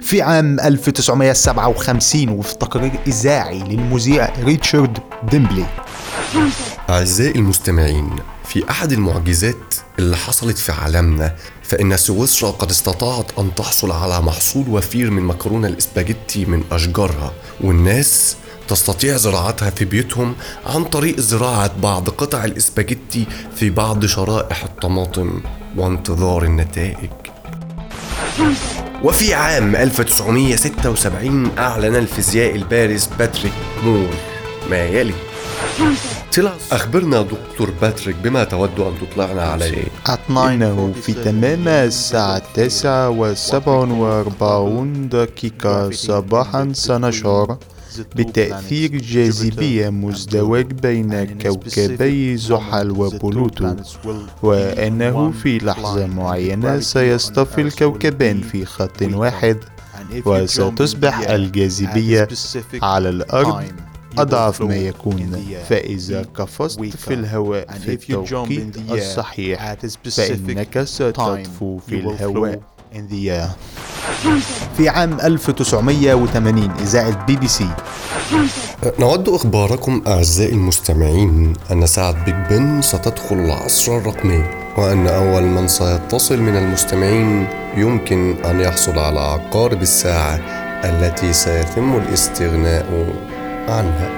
في عام 1957 وفي تقرير إذاعي للمذيع ريتشارد ديمبلي. أعزائي المستمعين، في أحد المعجزات اللي حصلت في عالمنا فإن سويسرا قد استطاعت أن تحصل على محصول وفير من مكرونة الإسباجيتي من أشجارها، والناس تستطيع زراعتها في بيوتهم عن طريق زراعة بعض قطع الإسباجيتي في بعض شرائح الطماطم وانتظار النتائج. وفي عام 1976 أعلن الفيزيائي البارز باتريك مور ما يلي. أخبرنا دكتور باتريك بما تود أن تطلعنا عليه. إنه في تمام الساعة 9:47 صباحا سنشعر بتأثير جاذبية مزدوج بين كوكبي زحل وبلوتو، وأنه في لحظة معينة سيصطفي الكوكبان في خط واحد، وستصبح الجاذبية على الأرض أضعف ما يكون. فإذا قفزت في الهواء في التوقيت الصحيح فإنك ستطفو في الهواء. في عام 1980 إذاعة BBC. نود إخباركم أعزائي المستمعين أن ساعة بيج بن ستدخل العصر الرقمي، وأن أول من سيتصل من المستمعين يمكن أن يحصل على عقارب الساعة التي سيتم الاستغناء عنها.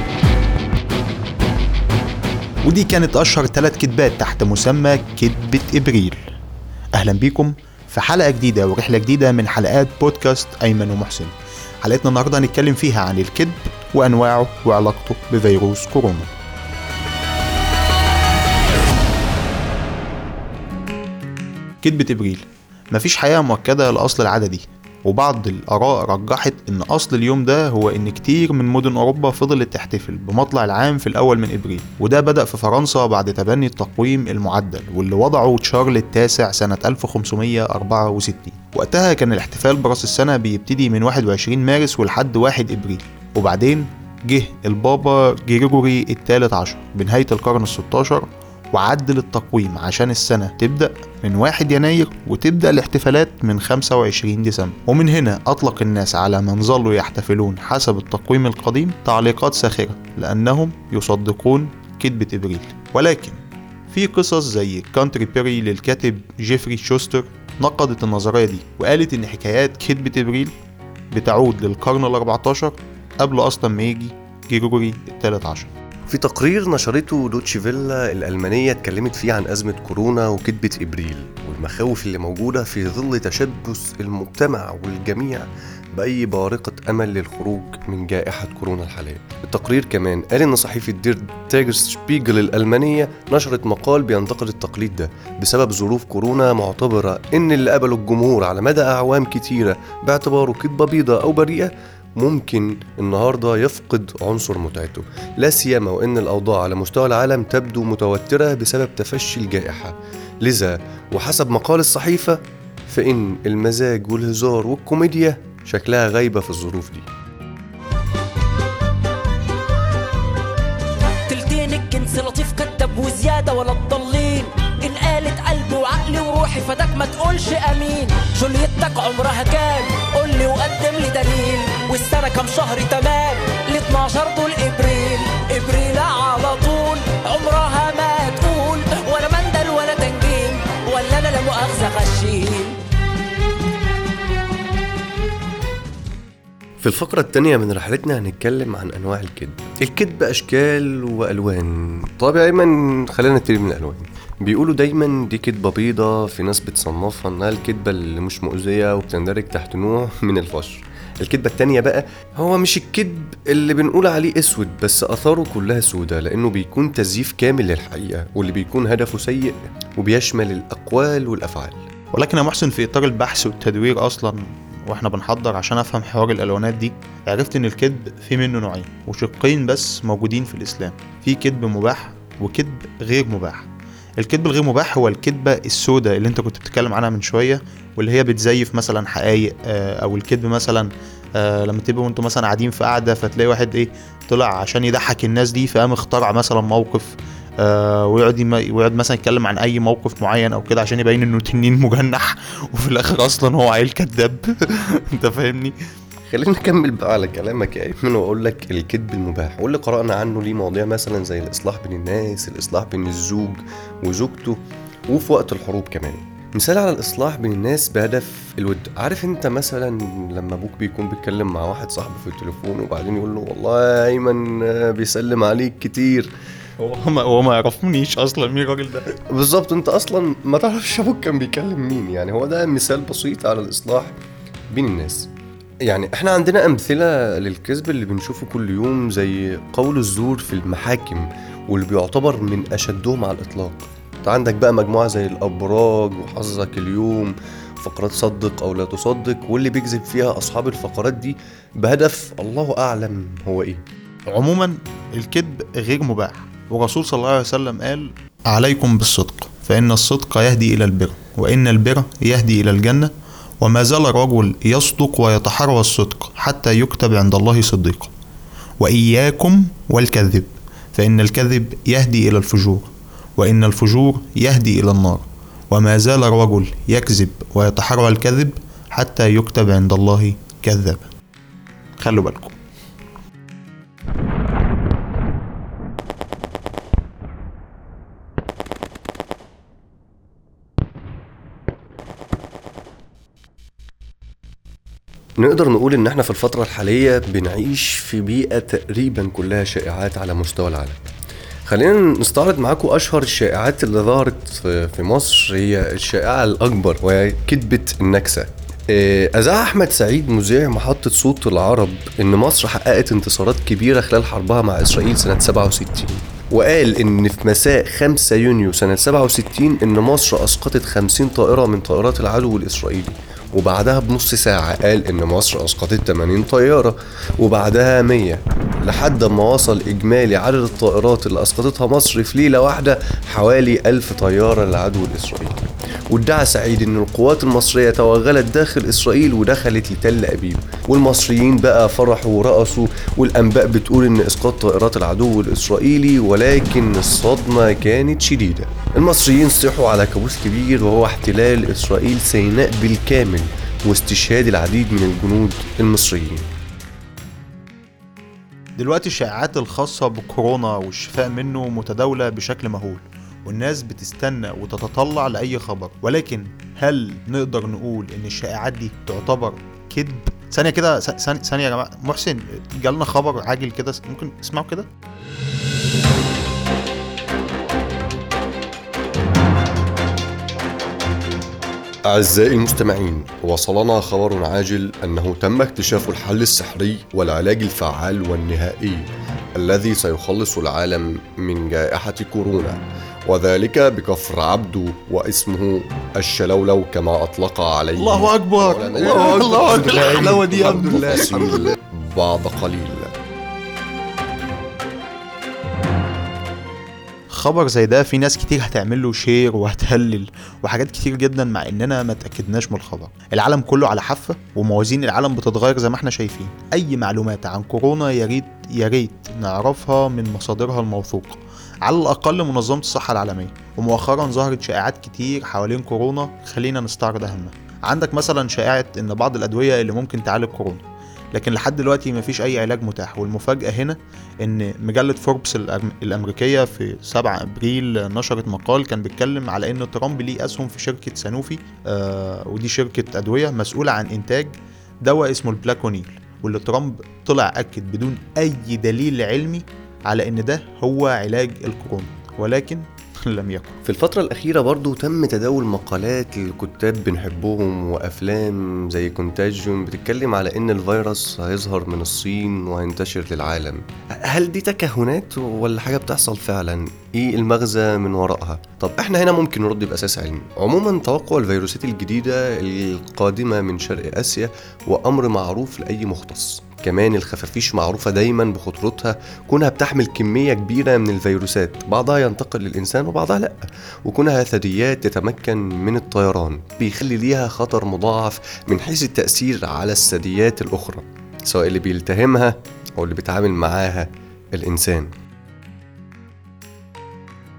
ودي كانت أشهر 3 كذبات تحت مسمى كذبة إبريل. أهلا بكم في حلقة جديدة ورحلة جديدة من حلقات بودكاست أيمن ومحسن. حلقتنا النهاردة هنتكلم فيها عن الكذب وأنواعه وعلاقته بفيروس كورونا. كذبة إبريل مفيش حقيقة مؤكدة لأصل العادة دي، وبعض الآراء رجحت إن أصل اليوم ده هو إن كتير من مدن أوروبا فضلت تحتفل بمطلع العام في الأول من إبريل، وده بدأ في فرنسا بعد تبني التقويم المعدل واللي وضعه تشارل التاسع سنة 1564. وقتها كان الاحتفال برأس السنة بيبتدي من 21 مارس ولحد 1 إبريل، وبعدين جه البابا جريجوري الثالث عشر بنهاية القرن ال16 وعدل التقويم عشان السنة تبدأ من 1 يناير وتبدأ الاحتفالات من 25 ديسمبر. ومن هنا أطلق الناس على من ظلوا يحتفلون حسب التقويم القديم تعليقات ساخرة لأنهم يصدقون كذبة إبريل. ولكن في قصص زي كانتري بيري للكاتب جيفري شوستر نقدت النظرية دي وقالت إن حكايات كذبة إبريل بتعود للقرن ال14 قبل أصلا ما يجي جريجوري الثالث عشر. في تقرير نشرته دوتشي فيلا الألمانية اتكلمت فيه عن أزمة كورونا وكذبة إبريل والمخاوف اللي موجودة في ظل تشبث المجتمع والجميع بأي بارقة أمل للخروج من جائحة كورونا الحالية. التقرير كمان قال إن صحيفة دير تاجرز شبيجل الألمانية نشرت مقال بينتقد التقليد ده بسبب ظروف كورونا، معتبرة إن اللي قبله الجمهور على مدى أعوام كتيرة باعتباره كذبة بيضة أو بريئة ممكن النهاردة يفقد عنصر متعته، لا سيما وإن الأوضاع على مستوى العالم تبدو متوترة بسبب تفشي الجائحة. لذا وحسب مقال الصحيفة فإن المزاج والهزار والكوميديا شكلها غايبة في الظروف دي. تلتين الجنس لطيف كتب وزيادة ولا تضلين، إن قالت قلبي وعقلي وروحي فداك ما تقولش أمين. جوليتك عمرها كام؟ قولي وقدم لي دليل، والسنة كم شهر تمام؟ ل12 دول إبريل. إبريل على طول عمرها ما تقول ولا مندل ولا تنجيم ولا أنا لا مؤاخذة غشيم. في الفقرة الثانية من رحلتنا هنتكلم عن أنواع الكذب. الكذب أشكال وألوان. طب يا أيمن خلينا نبتدي من الألوان. بيقولوا دايما دي كذبة بيضة، في ناس بتصنفها انها الكذبة اللي مش مؤذية وبتندرج تحت نوع من الفشر. الكذبة التانية بقى هو مش الكذب اللي بنقول عليه اسود بس اثاره كلها سودة، لانه بيكون تزييف كامل للحقيقة واللي بيكون هدفه سيء وبيشمل الاقوال والافعال. ولكن يا محسن في اطار البحث والتدوير اصلا واحنا بنحضر عشان افهم حوار الالوانات دي، عرفت ان الكذب في منه نوعين وشقين بس موجودين في الاسلام. في كذب مباح وكذب غير مباح. الكذب الغير مباح هو الكذبة السوداء اللي انت كنت بتتكلم عنها من شوية، واللي هي بتزيف مثلا حقائق، او الكذب مثلا لما تبقوا انتوا مثلا قاعدين في قاعدة فتلاقي واحد طلع عشان يضحك الناس دي فقام اخترع مثلا موقف ويقعد مثلا يتكلم عن اي موقف معين او كده عشان يبين انه تنين مجنح وفي الاخر اصلا هو عيل كذاب. انت فاهمني؟ خلينا نكمل بقى على كلامك يا ايمن واقول لك الكذب المباح واللي قرأنا عنه ليه مواضيع مثلا زي الاصلاح بين الناس، الاصلاح بين الزوج وزوجته، وفي وقت الحروب كمان. مثال على الاصلاح بين الناس بهدف الود. عارف انت مثلا لما ابوك بيكون بيتكلم مع واحد صاحبه في التليفون وبعدين يقول له والله يا ايمن بيسلم عليك كتير، هو ما يعرفنيش اصلا مين الراجل ده. بالظبط، انت اصلا ما تعرفش ابوك كان بيكلم مين. يعني هو ده مثال بسيط على الاصلاح بين الناس. يعني احنا عندنا امثلة للكذب اللي بنشوفه كل يوم زي قول الزور في المحاكم واللي بيعتبر من اشدهم على الاطلاق. انت عندك بقى مجموعة زي الابراج وحظك اليوم، فقرات صدق او لا تصدق، واللي بيكذب فيها اصحاب الفقرات دي بهدف الله اعلم هو ايه. عموما الكذب غير مباح، والرسول صلى الله عليه وسلم قال: عليكم بالصدق فإن الصدق يهدي إلى البر، وإن البر يهدي إلى الجنة، وما زال الرجل يصدق ويتحرى الصدق حتى يكتب عند الله صديقا. وإياكم والكذب فإن الكذب يهدي إلى الفجور، وإن الفجور يهدي إلى النار، وما زال الرجل يكذب ويتحرى الكذب حتى يكتب عند الله كذابا. خلوا بالكم. نقدر نقول ان احنا في الفترة الحالية بنعيش في بيئة تقريبا كلها شائعات على مستوى العالم. خلينا نستعرض معاكم اشهر الشائعات اللي ظهرت في مصر. هي الشائعة الاكبر وهي كذبة النكسة. اذاع احمد سعيد مذيع محطة صوت العرب ان مصر حققت انتصارات كبيرة خلال حربها مع اسرائيل سنة 67، وقال ان في مساء 5 يونيو سنة 67 ان مصر اسقطت 50 طائرة من طائرات العدو الاسرائيلي، وبعدها بنص ساعة قال ان مصر اسقطت 80 طيارة، وبعدها 100، لحد ما وصل اجمالي عدد الطائرات اللي اسقطتها مصر في ليلة واحدة حوالي 1000 طيارة للعدو الاسرائيلي. وادعى سعيد ان القوات المصرية توغلت داخل اسرائيل ودخلت لتل ابيب، والمصريين بقى فرحوا ورقصوا، والانباء بتقول ان اسقاط طائرات العدو الاسرائيلي، ولكن الصدمة كانت شديدة. المصريين صيحوا على كابوس كبير وهو احتلال اسرائيل سيناء بالكامل واستشهاد العديد من الجنود المصريين. دلوقتي الشائعات الخاصة بكورونا والشفاء منه متداولة بشكل مهول، والناس بتستنى وتتطلع لأي خبر، ولكن هل نقدر نقول إن الشائعات دي تعتبر كذب؟ ثانية كده، ثانية يا جماعة. محسن جالنا خبر عاجل كده، ممكن اسمعوا كده؟ أعزائي المستمعين، وصلنا خبر عاجل أنه تم اكتشاف الحل السحري والعلاج الفعال والنهائي الذي سيخلص العالم من جائحة كورونا، وذلك بكفر عبده، واسمه الشلولو كما أطلق عليه. الله أكبر، الله أكبر، الحلاوة دي يا عبد الله. بعد قليل. خبر زي ده في ناس كتير هتعمل له شير وهتهلل وحاجات كتير جدا، مع اننا ما تاكدناش من الخبر. العالم كله على حافه وموازين العالم بتتغير زي ما احنا شايفين. اي معلومات عن كورونا يا ريت نعرفها من مصادرها الموثوقه، على الاقل منظمه الصحه العالميه. ومؤخرا ظهرت شائعات كتير حوالين كورونا، خلينا نستعرض اهمها. عندك مثلا شائعه ان بعض الادويه اللي ممكن تعالج كورونا، لكن لحد دلوقتي مفيش اي علاج متاح. والمفاجأة هنا ان مجلة فوربس الامريكية في 7 ابريل نشرت مقال كان بيتكلم على ان ترامب ليه اسهم في شركة سانوفي، ودي شركة ادوية مسؤولة عن انتاج دواء اسمه البلاكونيل، واللي ترامب طلع اكد بدون اي دليل علمي على ان ده هو علاج الكورونا، ولكن لم يكن. في الفترة الأخيرة برضو تم تداول مقالات للكتاب بنحبهم وأفلام زي كونتاجيون بتتكلم على إن الفيروس هيظهر من الصين وهينتشر للعالم. هل دي تكهنات ولا حاجة بتحصل فعلا؟ إيه المغزى من وراءها؟ طب إحنا هنا ممكن نرد بأساس علمي. عموما توقع الفيروسات الجديدة القادمة من شرق آسيا وأمر معروف لأي مختص. كمان الخفافيش معروفة دايما بخطورتها، كونها بتحمل كمية كبيرة من الفيروسات، بعضها ينتقل للإنسان وبعضها لأ، وكونها ثدييات تتمكن من الطيران بيخلي ليها خطر مضاعف من حيث التأثير على الثدييات الأخرى، سواء اللي بيلتهمها أو اللي بيتعامل معاها الإنسان.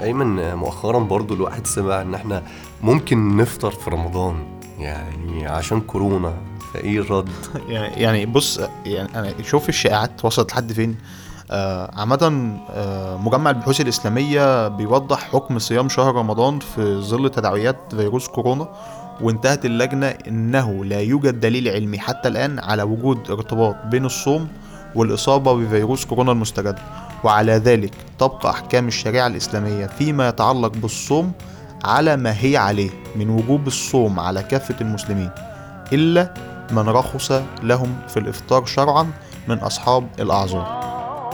أيمن، مؤخرا برضو الواحد سمع إن احنا ممكن نفطر في رمضان يعني عشان كورونا، فإيه الرد؟ يعني بص، يعني أنا شوف الشائعات وصلت لحد فين. عامة مجمع البحوث الإسلامية بيوضح حكم صيام شهر رمضان في ظل تداعيات فيروس كورونا، وانتهت اللجنة إنه لا يوجد دليل علمي حتى الآن على وجود ارتباط بين الصوم والإصابة بفيروس كورونا المستجد، وعلى ذلك تبقى أحكام الشريعة الإسلامية فيما يتعلق بالصوم على ما هي عليه من وجوب الصوم على كافة المسلمين، إلا من رخص لهم في الإفطار شرعا من أصحاب الأعذار.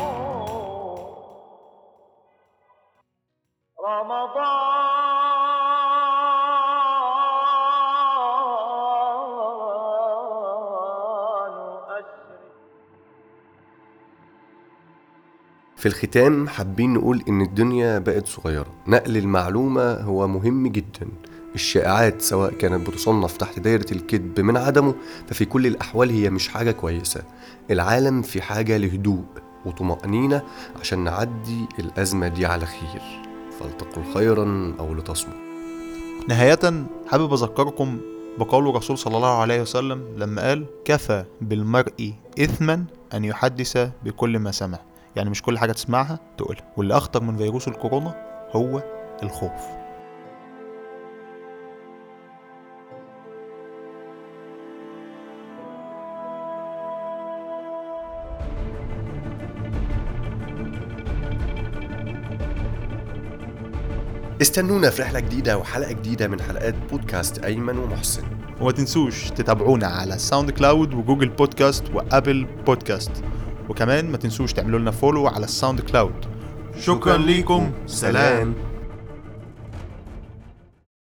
في الختام حابين نقول إن الدنيا بقت صغيرة، نقل المعلومة هو مهم جدا. الشائعات سواء كانت بتصنف تحت دايرة الكذب من عدمه، ففي كل الأحوال هي مش حاجة كويسة. العالم في حاجة لهدوء وطمأنينة عشان نعدي الأزمة دي على خير، فلتقل خيرا أو لتصمت. نهاية حابب أذكركم بقول الرسول صلى الله عليه وسلم لما قال: كفى بالمرء إثما أن يحدث بكل ما سمع. يعني مش كل حاجة تسمعها تقولها، واللي أخطر من فيروس الكورونا هو الخوف. استنونا في رحلة جديدة وحلقة جديدة من حلقات بودكاست أيمن ومحسن. وما تنسوش تتابعونا على ساوند كلاود وجوجل بودكاست وأبل بودكاست، وكمان ما تنسوش تعملوا لنا فولو على الساوند كلاود. شكرا ليكم، سلام.